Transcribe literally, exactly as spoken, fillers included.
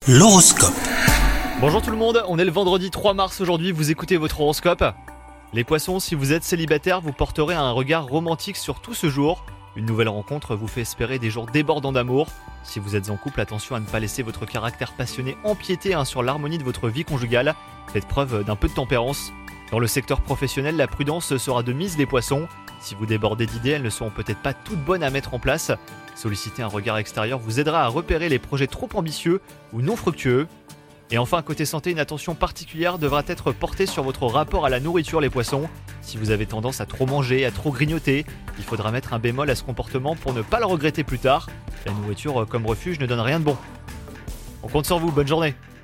L'horoscope. Bonjour tout le monde, on est le vendredi trois mars aujourd'hui, vous écoutez votre horoscope. Les poissons, si vous êtes célibataire, vous porterez un regard romantique sur tout ce jour. Une nouvelle rencontre vous fait espérer des jours débordants d'amour. Si vous êtes en couple, attention à ne pas laisser votre caractère passionné empiéter hein, sur l'harmonie de votre vie conjugale. Faites preuve d'un peu de tempérance. Dans le secteur professionnel, la prudence sera de mise les poissons. Si vous débordez d'idées, elles ne seront peut-être pas toutes bonnes à mettre en place. Solliciter un regard extérieur vous aidera à repérer les projets trop ambitieux ou non fructueux. Et enfin, côté santé, une attention particulière devra être portée sur votre rapport à la nourriture les poissons. Si vous avez tendance à trop manger, à trop grignoter, il faudra mettre un bémol à ce comportement pour ne pas le regretter plus tard. La nourriture comme refuge ne donne rien de bon. On compte sur vous, bonne journée.